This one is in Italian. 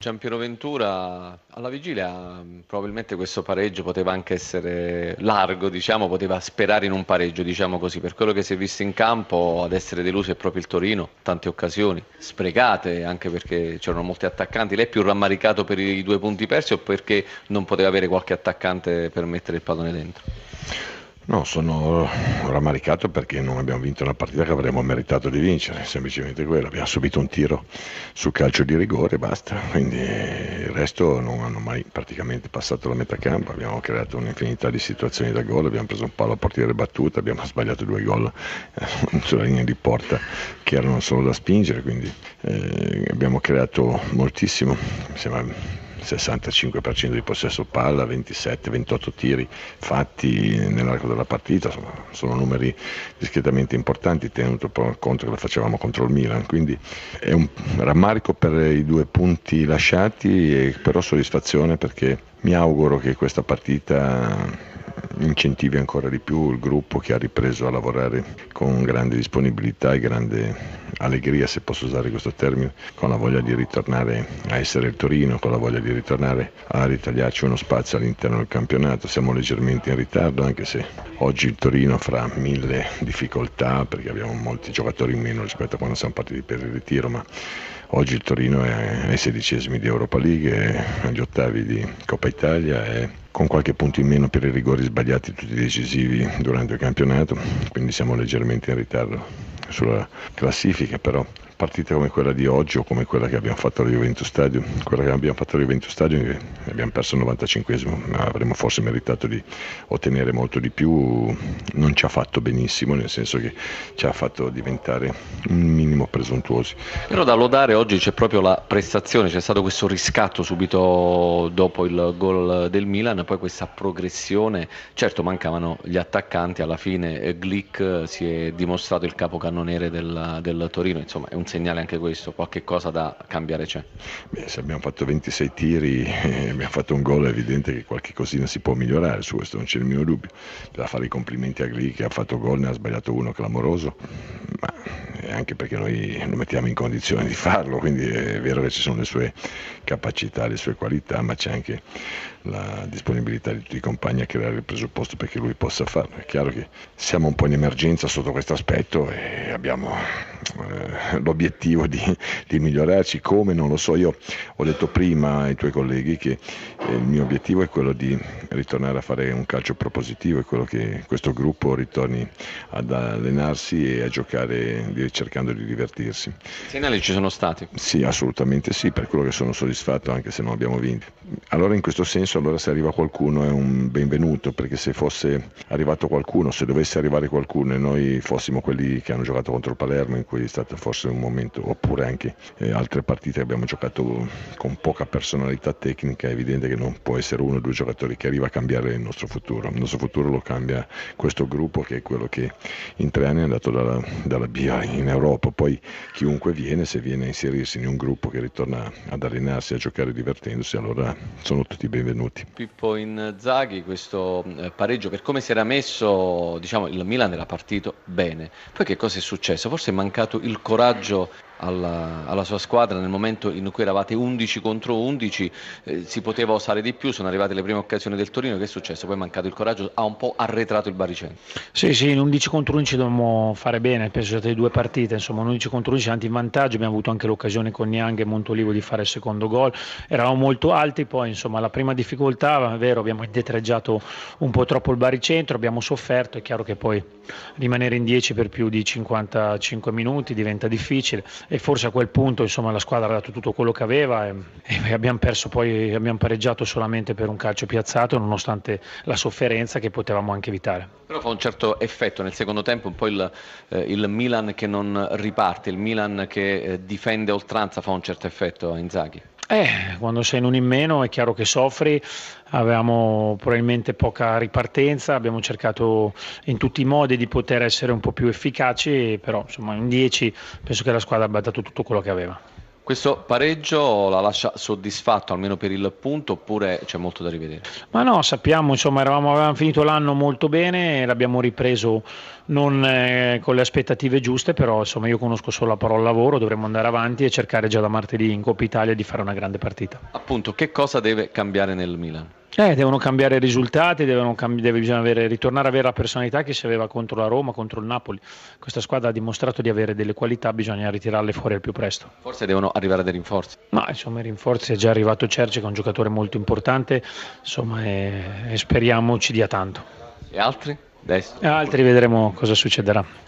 Giampiero Ventura alla vigilia probabilmente questo pareggio poteva anche essere largo, diciamo, poteva sperare in un pareggio, diciamo così, per quello che si è visto in campo ad essere deluso è proprio il Torino, tante occasioni sprecate anche perché c'erano molti attaccanti. Lei è più rammaricato per i 2 punti persi o perché non poteva avere qualche attaccante per mettere il pallone dentro? No, sono rammaricato perché non abbiamo vinto una partita che avremmo meritato di vincere, semplicemente quello. Abbiamo subito un tiro sul calcio di rigore e basta, quindi il resto non hanno mai praticamente passato la metà campo. Abbiamo creato un'infinità di situazioni da gol, abbiamo preso un palo a portiere battuta, abbiamo sbagliato 2 gol sulla linea di porta che erano solo da spingere, quindi abbiamo creato moltissimo, mi sembra 65% di possesso palla, 27-28 tiri fatti nell'arco della partita, insomma, sono numeri discretamente importanti tenuto conto che lo facevamo contro il Milan, quindi è un rammarico per i 2 punti lasciati e però soddisfazione perché mi auguro che questa partita incentivi ancora di più il gruppo che ha ripreso a lavorare con grande disponibilità e grande allegria, se posso usare questo termine, con la voglia di ritornare a essere il Torino, con la voglia di ritornare a ritagliarci uno spazio all'interno del campionato. Siamo leggermente in ritardo, anche se oggi il Torino fra mille difficoltà, perché abbiamo molti giocatori in meno rispetto a quando siamo partiti per il ritiro, ma oggi il Torino è ai 16esimi di Europa League, è agli ottavi di Coppa Italia, è con qualche punto in meno per i rigori sbagliati tutti decisivi durante il campionato, quindi siamo leggermente in ritardo sulla classifica, però partite come quella di oggi o come quella che abbiamo fatto alla Juventus Stadium, quella che abbiamo fatto alla Juventus Stadium abbiamo perso il 95esimo, ma avremmo forse meritato di ottenere molto di più, non ci ha fatto benissimo, nel senso che ci ha fatto diventare un minimo presuntuosi. Però da lodare oggi c'è proprio la prestazione, c'è stato questo riscatto subito dopo il gol del Milan, poi questa progressione, certo mancavano gli attaccanti, alla fine Glick si è dimostrato il capocannoniere del Torino, insomma è un segnale anche questo, qualche cosa da cambiare c'è. Beh, se abbiamo fatto 26 tiri e abbiamo fatto un gol è evidente che qualche cosina si può migliorare, su questo non c'è il mio dubbio. Bisogna fare i complimenti a Glick che ha fatto gol, ne ha sbagliato uno clamoroso, ma anche perché noi lo mettiamo in condizione di farlo, quindi è vero che ci sono le sue capacità, le sue qualità, ma c'è anche la disponibilità di tutti i compagni a creare il presupposto perché lui possa farlo. È chiaro che siamo un po' in emergenza sotto questo aspetto e abbiamo l'obiettivo di migliorarci, come non lo so. Io ho detto prima ai tuoi colleghi che il mio obiettivo è quello di ritornare a fare un calcio propositivo, è quello che questo gruppo ritorni ad allenarsi e a giocare cercando di divertirsi. I segnali ci sono stati. Sì, assolutamente sì, per quello che sono soddisfatto anche se non abbiamo vinto. Allora in questo senso, allora se arriva qualcuno è un benvenuto, perché se fosse arrivato qualcuno, se dovesse arrivare qualcuno e noi fossimo quelli che hanno giocato contro il Palermo, in cui è stato forse un momento, oppure anche altre partite che abbiamo giocato con poca personalità tecnica, è evidente che non può essere uno o due giocatori che arriva a cambiare il nostro futuro. Il nostro futuro lo cambia questo gruppo, che è quello che in 3 anni è andato dalla B in Europa. Poi chiunque viene, se viene a inserirsi in un gruppo che ritorna ad allenarsi, a giocare divertendosi, allora sono tutti benvenuti. Pippo Inzaghi, questo pareggio, per come si era messo, diciamo, il Milan era partito bene. Poi che cosa è successo? Forse è mancato il coraggio alla sua squadra nel momento in cui eravate 11 contro 11, si poteva osare di più, sono arrivate le prime occasioni del Torino, che è successo? Poi è mancato il coraggio, ha un po' arretrato il baricentro. Sì, sì, in 11 contro 11 dobbiamo fare bene, penso siano state 2 partite, insomma, in 11 contro 11 anche in vantaggio, abbiamo avuto anche l'occasione con Niang e Montolivo di fare il secondo gol, eravamo molto alti, poi insomma la prima difficoltà, è vero, abbiamo indietreggiato un po' troppo il baricentro, abbiamo sofferto, è chiaro che poi rimanere in 10 per più di 55 minuti diventa difficile e forse a quel punto insomma la squadra ha dato tutto quello che aveva e abbiamo perso, poi abbiamo pareggiato solamente per un calcio piazzato nonostante la sofferenza che potevamo anche evitare. Però fa un certo effetto nel secondo tempo, un po' il Milan che non riparte, il Milan che difende a oltranza fa un certo effetto a Inzaghi. Quando sei in un in meno è chiaro che soffri, avevamo probabilmente poca ripartenza, abbiamo cercato in tutti i modi di poter essere un po' più efficaci, però insomma in 10 penso che la squadra abbia dato tutto quello che aveva. Questo pareggio la lascia soddisfatto almeno per il punto oppure c'è molto da rivedere? Ma no, sappiamo, insomma, avevamo finito l'anno molto bene, l'abbiamo ripreso non con le aspettative giuste, però insomma io conosco solo la parola lavoro, dovremmo andare avanti e cercare già da martedì in Coppa Italia di fare una grande partita. Appunto, che cosa deve cambiare nel Milan? Devono cambiare i risultati, bisogna ritornare ad avere la personalità che si aveva contro la Roma, contro il Napoli. Questa squadra ha dimostrato di avere delle qualità, bisogna ritirarle fuori al più presto. Forse devono arrivare dei rinforzi. Ma insomma, i rinforzi è già arrivato Cerci, che è un giocatore molto importante, insomma, e speriamo ci dia tanto. E altri? Adesso. Altri vedremo cosa succederà.